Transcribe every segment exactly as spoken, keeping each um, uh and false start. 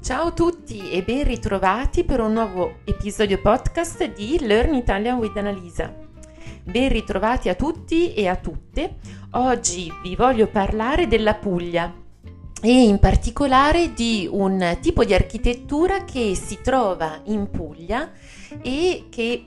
Ciao a tutti e ben ritrovati per un nuovo episodio podcast di Learn Italian with Annalisa. Ben ritrovati a tutti e a tutte. Oggi vi voglio parlare della Puglia e in particolare di un tipo di architettura che si trova in Puglia e che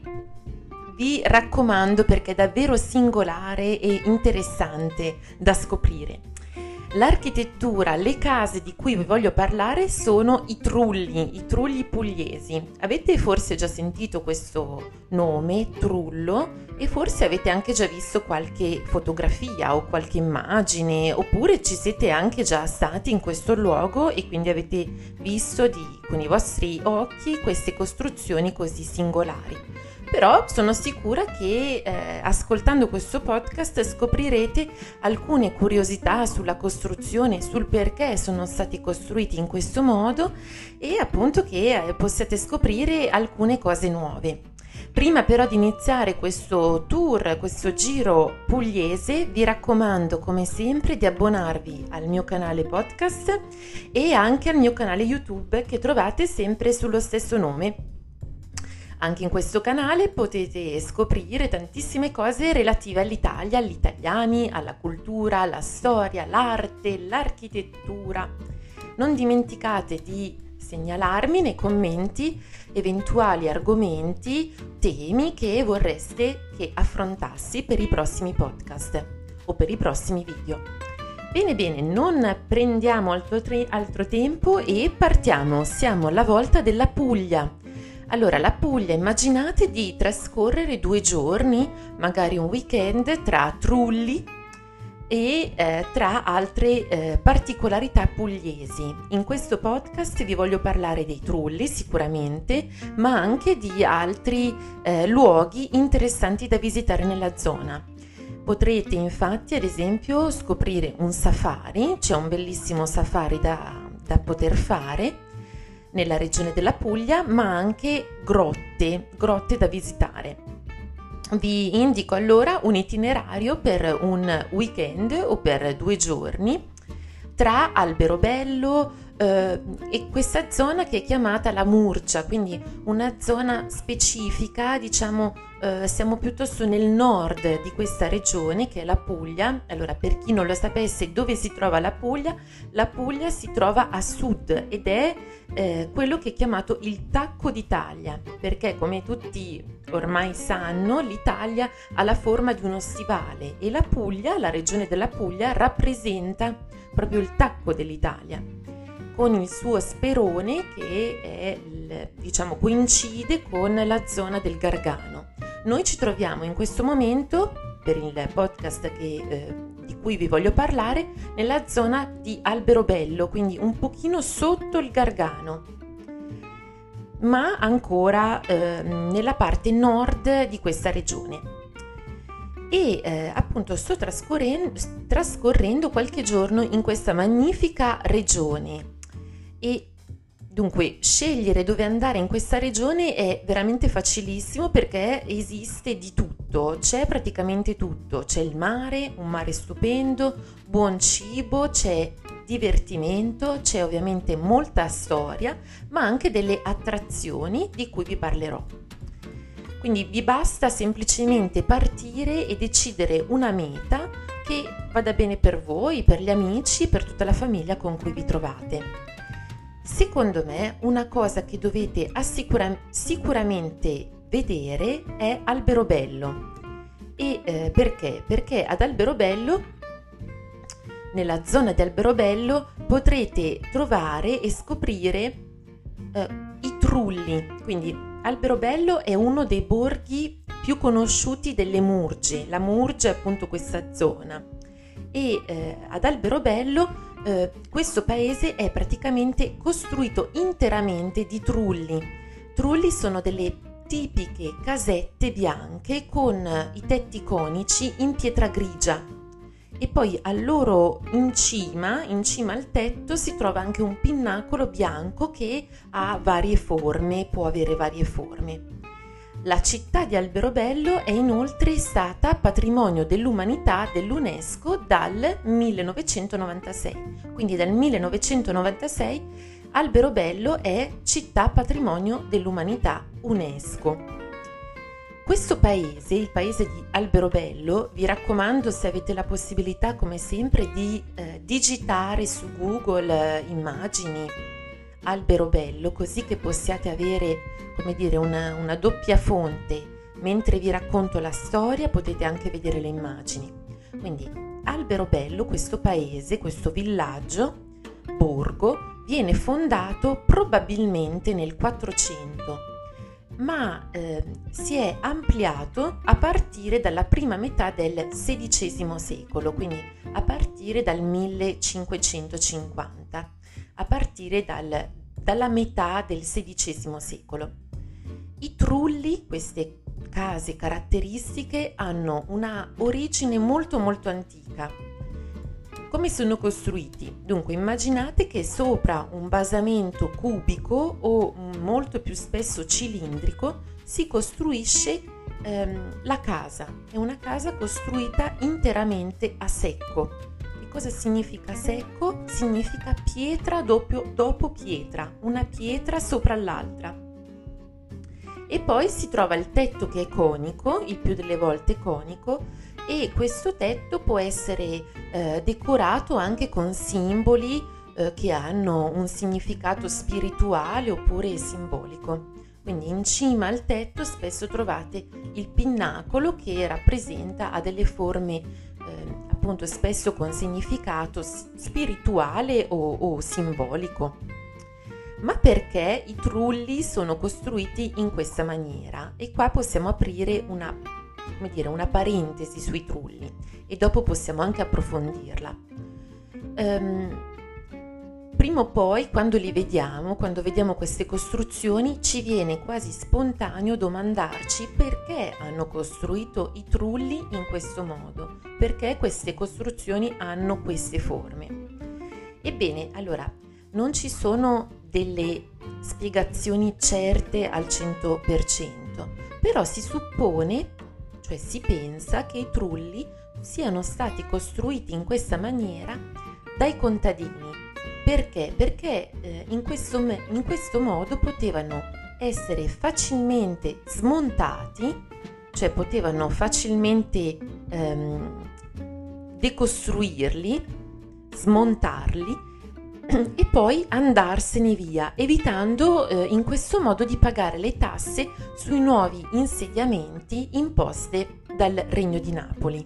vi raccomando perché è davvero singolare e interessante da scoprire. L'architettura, le case di cui vi voglio parlare sono i trulli, i trulli pugliesi. Avete forse già sentito questo nome, trullo, e forse avete anche già visto qualche fotografia o qualche immagine, oppure ci siete anche già stati in questo luogo e quindi avete visto di, con i vostri occhi queste costruzioni così singolari. Però sono sicura che eh, ascoltando questo podcast scoprirete alcune curiosità sulla costruzione, sul perché sono stati costruiti in questo modo e appunto che eh, possiate scoprire alcune cose nuove. Prima però di iniziare questo tour, questo giro pugliese, vi raccomando come sempre di abbonarvi al mio canale podcast e anche al mio canale YouTube che trovate sempre sullo stesso nome. Anche in questo canale potete scoprire tantissime cose relative all'Italia, agli italiani, alla cultura, alla storia, l'arte, l'architettura. Non dimenticate di segnalarmi nei commenti eventuali argomenti, temi che vorreste che affrontassi per i prossimi podcast o per i prossimi video. Bene bene, non prendiamo altro, tre, altro tempo e partiamo. Siamo alla volta della Puglia. Allora, la Puglia, immaginate di trascorrere due giorni, magari un weekend, tra trulli e eh, tra altre eh, particolarità pugliesi. In questo podcast vi voglio parlare dei trulli sicuramente, ma anche di altri eh, luoghi interessanti da visitare nella zona. Potrete infatti, ad esempio, scoprire un safari, c'è un bellissimo safari da, da poter fare nella regione della Puglia, ma anche grotte, grotte da visitare. Vi indico allora un itinerario per un weekend o per due giorni tra Alberobello eh, e questa zona che è chiamata la Murgia, quindi una zona specifica, diciamo eh, siamo piuttosto nel nord di questa regione che è la Puglia. Allora, per chi non lo sapesse dove si trova la Puglia, la Puglia si trova a sud ed è eh, quello che è chiamato il Tacco d'Italia, perché come tutti ormai sanno l'Italia ha la forma di uno stivale e la Puglia, la regione della Puglia, rappresenta proprio il tacco dell'Italia con il suo sperone che è il, diciamo coincide con la zona del Gargano. Noi ci troviamo in questo momento per il podcast che, eh, di cui vi voglio parlare nella zona di Alberobello, quindi un pochino sotto il Gargano, ma ancora eh, nella parte nord di questa regione. E eh, appunto sto trascorrendo, trascorrendo qualche giorno in questa magnifica regione e dunque scegliere dove andare in questa regione è veramente facilissimo perché esiste di tutto, c'è praticamente tutto, c'è il mare, un mare stupendo, buon cibo, c'è divertimento, c'è ovviamente molta storia, ma anche delle attrazioni di cui vi parlerò. Quindi vi basta semplicemente partire e decidere una meta che vada bene per voi, per gli amici, per tutta la famiglia con cui vi trovate. Secondo me una cosa che dovete assicura- sicuramente vedere è Alberobello. E eh, perché? Perché ad Alberobello, nella zona di Alberobello, potrete trovare e scoprire eh, i trulli, quindi Alberobello è uno dei borghi più conosciuti delle Murge. La Murgia è appunto questa zona e eh, ad Alberobello eh, questo paese è praticamente costruito interamente di trulli. Trulli sono delle tipiche casette bianche con i tetti conici in pietra grigia e poi al loro in cima, in cima al tetto si trova anche un pinnacolo bianco che ha varie forme, può avere varie forme. La città di Alberobello è inoltre stata patrimonio dell'umanità dell'UNESCO dal millenovecentonovantasei, quindi dal millenovecentonovantasei Alberobello è città patrimonio dell'umanità UNESCO. Questo paese, il paese di Alberobello, vi raccomando, se avete la possibilità come sempre di eh, digitare su Google eh, immagini Alberobello, così che possiate avere, come dire, una, una doppia fonte. Mentre vi racconto la storia potete anche vedere le immagini. Quindi Alberobello, questo paese, questo villaggio, borgo, viene fondato probabilmente nel quattrocento, ma eh, si è ampliato a partire dalla prima metà del sedicesimo secolo, quindi a partire dal millecinquecentocinquanta, a partire dal, dalla metà del sedicesimo secolo. I trulli, queste case caratteristiche, hanno una origine molto molto antica. Come sono costruiti? Dunque, immaginate che sopra un basamento cubico o molto più spesso cilindrico si costruisce ehm, la casa. È una casa costruita interamente a secco. Che cosa significa secco? Significa pietra dopo, dopo pietra, una pietra sopra l'altra. E poi si trova il tetto che è conico, il più delle volte conico, e questo tetto può essere eh, decorato anche con simboli eh, che hanno un significato spirituale oppure simbolico. Quindi in cima al tetto spesso trovate il pinnacolo che rappresenta, ha delle forme eh, appunto spesso con significato spirituale o, o simbolico. Ma perché i trulli sono costruiti in questa maniera? E qua possiamo aprire una, come dire, una parentesi sui trulli e dopo possiamo anche approfondirla. Um, prima o poi, quando li vediamo, quando vediamo queste costruzioni, ci viene quasi spontaneo domandarci perché hanno costruito i trulli in questo modo, perché queste costruzioni hanno queste forme. Ebbene, allora, non ci sono delle spiegazioni certe al cento per cento, però si suppone, cioè si pensa, che i trulli siano stati costruiti in questa maniera dai contadini. Perché? Perché eh, in, questo, in questo modo potevano essere facilmente smontati, cioè potevano facilmente ehm, decostruirli, smontarli e poi andarsene via, evitando eh, in questo modo di pagare le tasse sui nuovi insediamenti imposte dal Regno di Napoli.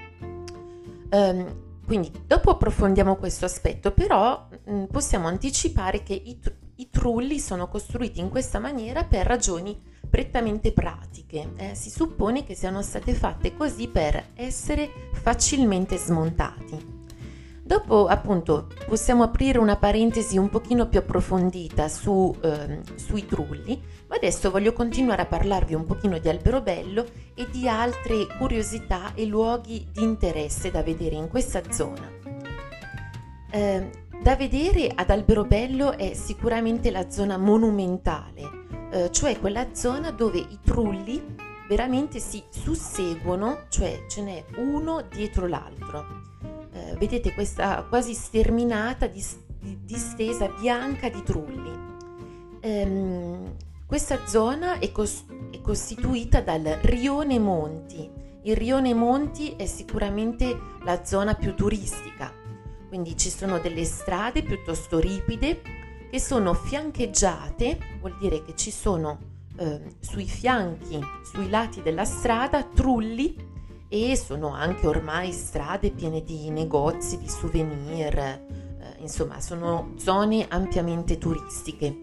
Um, quindi dopo approfondiamo questo aspetto, però mh, possiamo anticipare che i, i trulli sono costruiti in questa maniera per ragioni prettamente pratiche. Eh, si suppone che siano state fatte così per essere facilmente smontati. Dopo, appunto, possiamo aprire una parentesi un pochino più approfondita su, eh, sui trulli, ma adesso voglio continuare a parlarvi un pochino di Alberobello e di altre curiosità e luoghi di interesse da vedere in questa zona. Eh, da vedere ad Alberobello è sicuramente la zona monumentale, eh, cioè quella zona dove i trulli veramente si susseguono, cioè ce n'è uno dietro l'altro. Eh, vedete questa quasi sterminata dis- distesa bianca di trulli. Ehm, questa zona è, cos- è costituita dal rione Monti. Il rione Monti è sicuramente la zona più turistica, quindi ci sono delle strade piuttosto ripide che sono fiancheggiate, vuol dire che ci sono eh, sui fianchi, sui lati della strada, trulli, e sono anche ormai strade piene di negozi, di souvenir, eh, insomma sono zone ampiamente turistiche.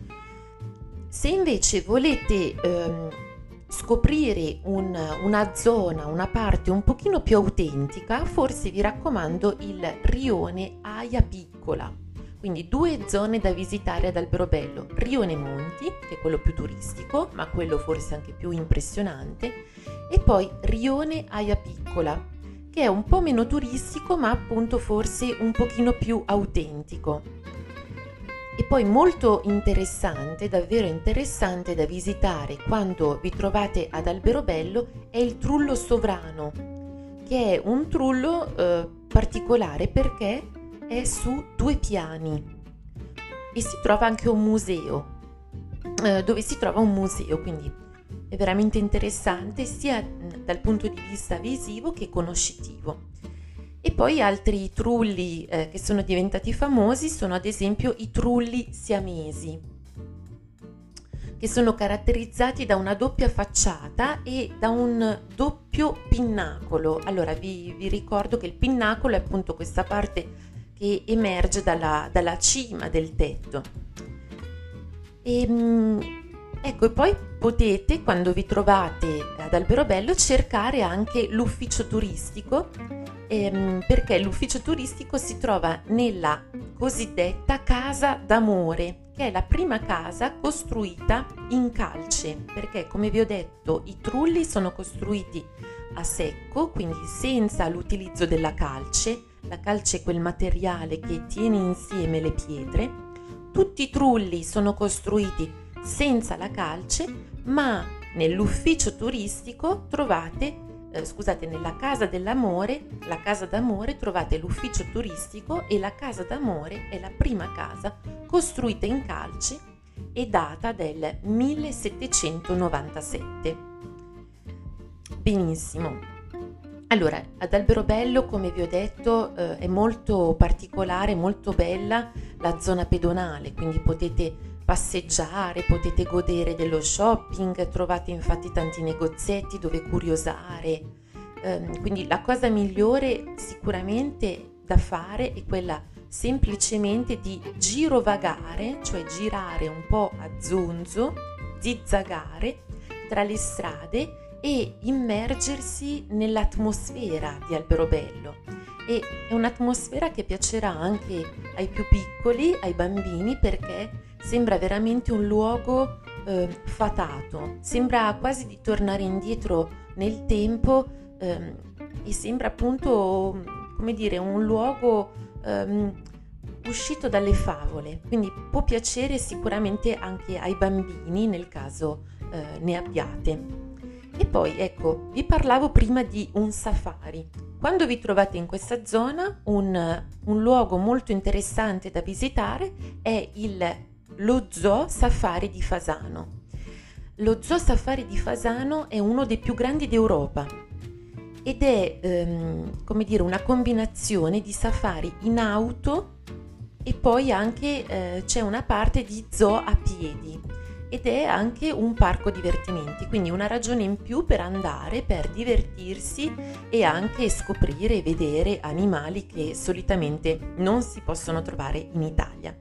Se invece volete ehm, scoprire un, una zona, una parte un pochino più autentica, forse vi raccomando il rione Aia Piccola. Quindi due zone da visitare ad Alberobello: Rione Monti, che è quello più turistico, ma quello forse anche più impressionante, e poi Rione Aia Piccola, che è un po' meno turistico, ma appunto forse un pochino più autentico. E poi molto interessante, davvero interessante da visitare quando vi trovate ad Alberobello è il Trullo Sovrano, che è un trullo eh, particolare perché è su due piani. e si trova anche un museo, eh, dove si trova un museo, quindi è veramente interessante sia dal punto di vista visivo che conoscitivo. E poi altri trulli eh, che sono diventati famosi sono ad esempio i trulli siamesi, che sono caratterizzati da una doppia facciata e da un doppio pinnacolo. Allora vi, vi ricordo che il pinnacolo è appunto questa parte che emerge dalla, dalla cima del tetto. E, ecco, e poi potete, quando vi trovate ad Alberobello, cercare anche l'ufficio turistico, ehm, perché l'ufficio turistico si trova nella cosiddetta Casa d'Amore, che è la prima casa costruita in calce, perché come vi ho detto i trulli sono costruiti a secco, quindi senza l'utilizzo della calce. La calce è quel materiale che tiene insieme le pietre. Tutti i trulli sono costruiti senza la calce, ma nell'ufficio turistico trovate Eh, scusate, nella Casa dell'Amore, la Casa d'Amore, trovate l'ufficio turistico, e la Casa d'Amore è la prima casa costruita in calce e data del millesettecentonovantasette. Benissimo. Allora, ad Alberobello, come vi ho detto, eh, è molto particolare, molto bella la zona pedonale, quindi potete passeggiare, potete godere dello shopping, trovate infatti tanti negozietti dove curiosare, ehm, quindi la cosa migliore sicuramente da fare è quella semplicemente di girovagare, cioè girare un po' a zonzo, zizzagare tra le strade e immergersi nell'atmosfera di Alberobello. E è un'atmosfera che piacerà anche ai più piccoli, ai bambini, perché sembra veramente un luogo eh, fatato, sembra quasi di tornare indietro nel tempo, ehm, e sembra appunto, come dire, un luogo ehm, uscito dalle favole, quindi può piacere sicuramente anche ai bambini nel caso eh, ne abbiate. E poi ecco, vi parlavo prima di un safari. Quando vi trovate in questa zona, un, un luogo molto interessante da visitare è il, lo Zoo Safari di Fasano. Lo Zoo Safari di Fasano è uno dei più grandi d'Europa ed è ehm, come dire, una combinazione di safari in auto e poi anche eh, c'è una parte di zoo a piedi. Ed è anche un parco divertimenti, quindi una ragione in più per andare, per divertirsi e anche scoprire e vedere animali che solitamente non si possono trovare in Italia.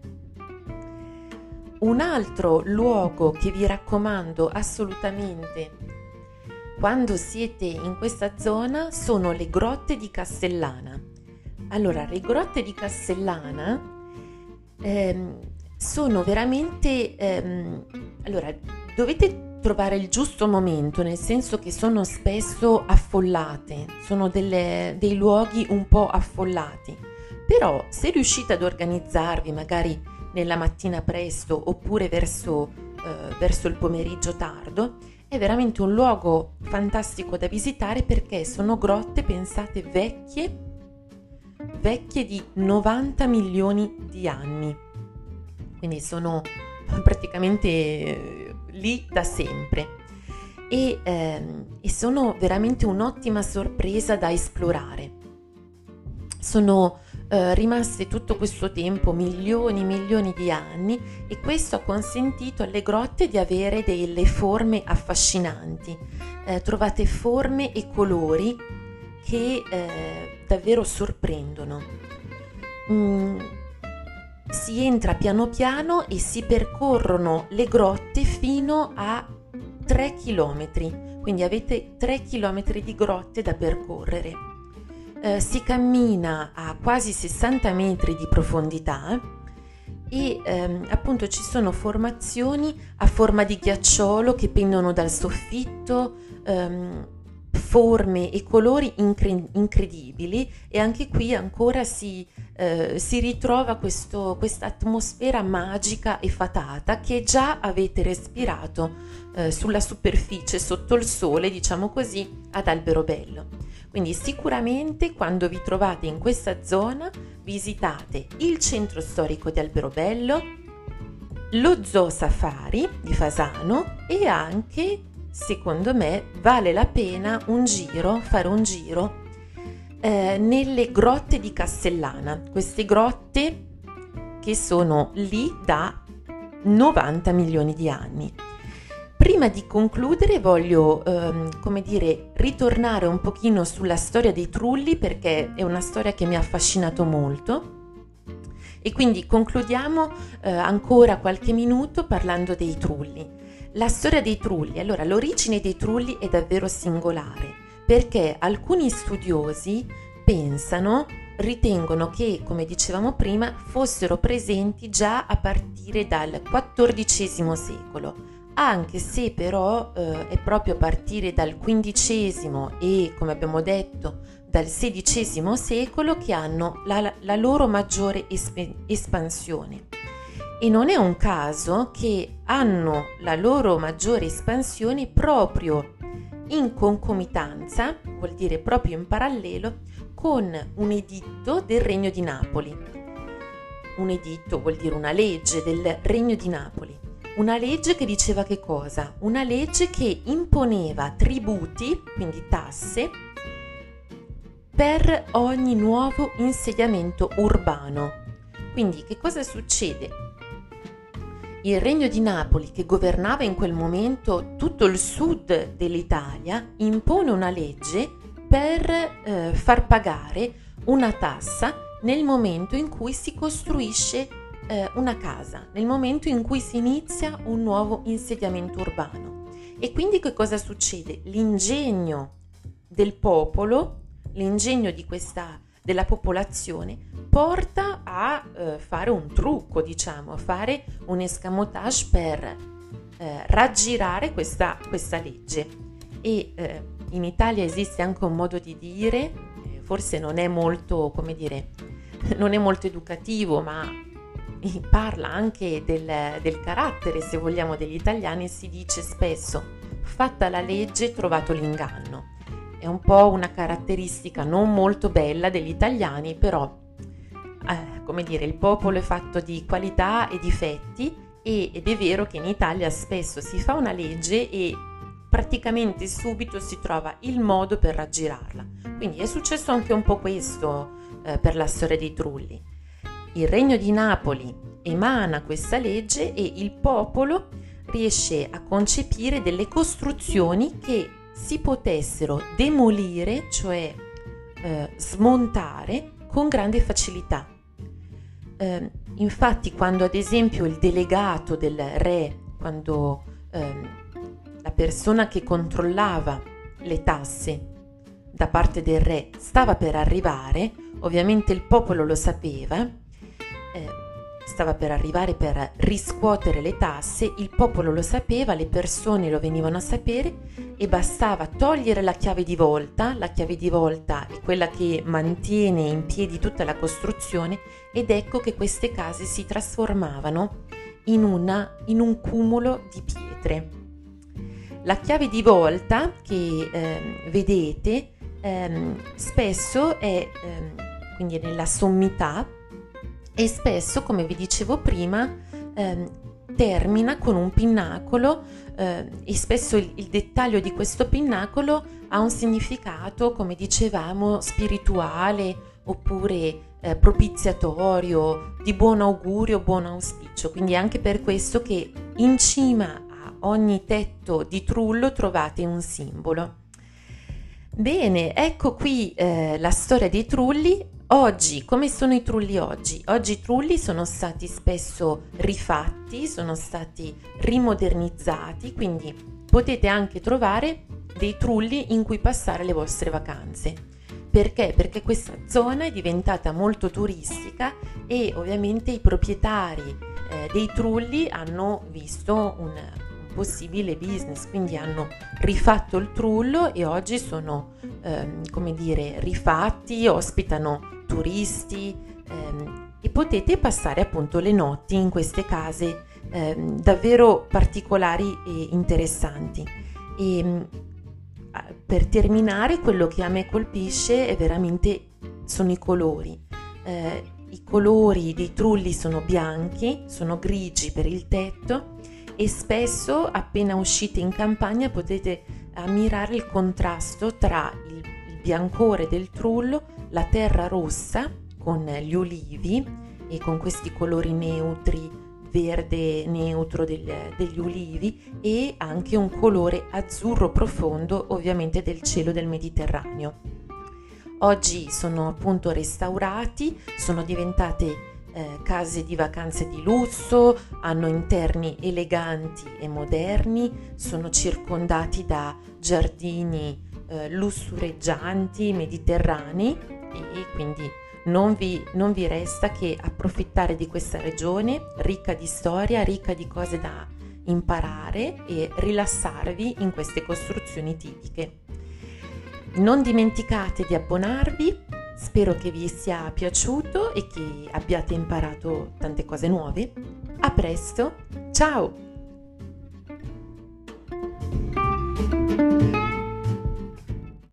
Un altro luogo che vi raccomando assolutamente quando siete in questa zona sono le grotte di Castellana. Allora, le grotte di Castellana ehm, sono veramente ehm, allora dovete trovare il giusto momento, nel senso che sono spesso affollate, sono delle, dei luoghi un po' affollati, però se riuscite ad organizzarvi magari nella mattina presto oppure verso, eh, verso il pomeriggio tardo, è veramente un luogo fantastico da visitare, perché sono grotte, pensate, vecchie vecchie di novanta milioni di anni. Quindi sono praticamente eh, lì da sempre e, ehm, e sono veramente un'ottima sorpresa da esplorare. Sono eh, rimaste tutto questo tempo, milioni e milioni di anni, e questo ha consentito alle grotte di avere delle forme affascinanti. Eh, trovate forme e colori che eh, davvero sorprendono. Mm. Si entra piano piano e si percorrono le grotte fino a tre chilometri, quindi avete tre chilometri di grotte da percorrere. Eh, si cammina a quasi sessanta metri di profondità e ehm, appunto ci sono formazioni a forma di ghiacciolo che pendono dal soffitto, ehm, forme e colori incre- incredibili, e anche qui ancora si, eh, si ritrova questo, questa atmosfera magica e fatata che già avete respirato eh, sulla superficie, sotto il sole, diciamo così, ad Alberobello. Quindi sicuramente quando vi trovate in questa zona visitate il centro storico di Alberobello, lo Zoo Safari di Fasano e anche, secondo me, vale la pena un giro, fare un giro eh, nelle grotte di Castellana, queste grotte che sono lì da novanta milioni di anni. Prima di concludere voglio, ehm, come dire, ritornare un pochino sulla storia dei trulli, perché è una storia che mi ha affascinato molto. E quindi concludiamo eh, ancora qualche minuto parlando dei trulli. La storia dei trulli, allora l'origine dei trulli è davvero singolare, perché alcuni studiosi pensano, ritengono che, come dicevamo prima, fossero presenti già a partire dal quattordicesimo secolo, anche se però eh, è proprio a partire dal quindicesimo e, come abbiamo detto, dal sedicesimo secolo che hanno la, la loro maggiore esp- espansione. E non è un caso che hanno la loro maggiore espansione proprio in concomitanza, vuol dire proprio in parallelo, con un editto del Regno di Napoli. Un editto vuol dire una legge del Regno di Napoli. Una legge che diceva che cosa? Una legge che imponeva tributi, quindi tasse, per ogni nuovo insediamento urbano. Quindi che cosa succede? Il Regno di Napoli, che governava in quel momento tutto il sud dell'Italia, impone una legge per eh, far pagare una tassa nel momento in cui si costruisce eh, una casa, nel momento in cui si inizia un nuovo insediamento urbano. E quindi che cosa succede? L'ingegno del popolo, l'ingegno di questa, della popolazione porta a eh, fare un trucco, diciamo, a fare un escamotage per eh, raggirare questa, questa legge. E eh, in Italia esiste anche un modo di dire, eh, forse non è molto, come dire, non è molto educativo, ma parla anche del, del carattere, se vogliamo, degli italiani. Si dice spesso: fatta la legge, trovato l'inganno. È un po' una caratteristica non molto bella degli italiani, però eh, come dire, il popolo è fatto di qualità e difetti, e, ed è vero che in Italia spesso si fa una legge e praticamente subito si trova il modo per raggirarla. Quindi è successo anche un po' questo eh, per la storia dei trulli. Il Regno di Napoli emana questa legge e il popolo riesce a concepire delle costruzioni che si potessero demolire, cioè eh, smontare con grande facilità. Eh, infatti, quando ad esempio il delegato del re, quando eh, la persona che controllava le tasse da parte del re stava per arrivare, ovviamente il popolo lo sapeva, eh, stava per arrivare per riscuotere le tasse, il popolo lo sapeva, le persone lo venivano a sapere e bastava togliere la chiave di volta. La chiave di volta è quella che mantiene in piedi tutta la costruzione, ed ecco che queste case si trasformavano in, una, in un cumulo di pietre. La chiave di volta che eh, vedete eh, spesso è eh, quindi nella sommità, e spesso, come vi dicevo prima, ehm, termina con un pinnacolo eh, e spesso il, il dettaglio di questo pinnacolo ha un significato, come dicevamo, spirituale oppure eh, propiziatorio, di buon augurio, buon auspicio. Quindi è anche per questo che in cima a ogni tetto di trullo trovate un simbolo. Bene, ecco qui eh, la storia dei trulli. Oggi, come sono i trulli oggi? Oggi i trulli sono stati spesso rifatti, sono stati rimodernizzati, quindi potete anche trovare dei trulli in cui passare le vostre vacanze. Perché? Perché questa zona è diventata molto turistica e ovviamente i proprietari eh, dei trulli hanno visto un, un possibile business, quindi hanno rifatto il trullo e oggi sono, ehm, come dire, rifatti, ospitano turisti ehm, e potete passare appunto le notti in queste case ehm, davvero particolari e interessanti. E per terminare, quello che a me colpisce è veramente sono i colori. Eh, I colori dei trulli sono bianchi, sono grigi per il tetto e spesso appena uscite in campagna potete ammirare il contrasto tra il, il biancore del trullo, la terra rossa con gli ulivi e con questi colori neutri, verde neutro del, degli ulivi e anche un colore azzurro profondo ovviamente del cielo del Mediterraneo. Oggi sono appunto restaurati, sono diventate eh, case di vacanze di lusso, hanno interni eleganti e moderni, sono circondati da giardini eh, lussureggianti, mediterranei e quindi non vi, non vi resta che approfittare di questa regione ricca di storia, ricca di cose da imparare e rilassarvi in queste costruzioni tipiche. Non dimenticate di abbonarvi, spero che vi sia piaciuto e che abbiate imparato tante cose nuove. A presto, ciao!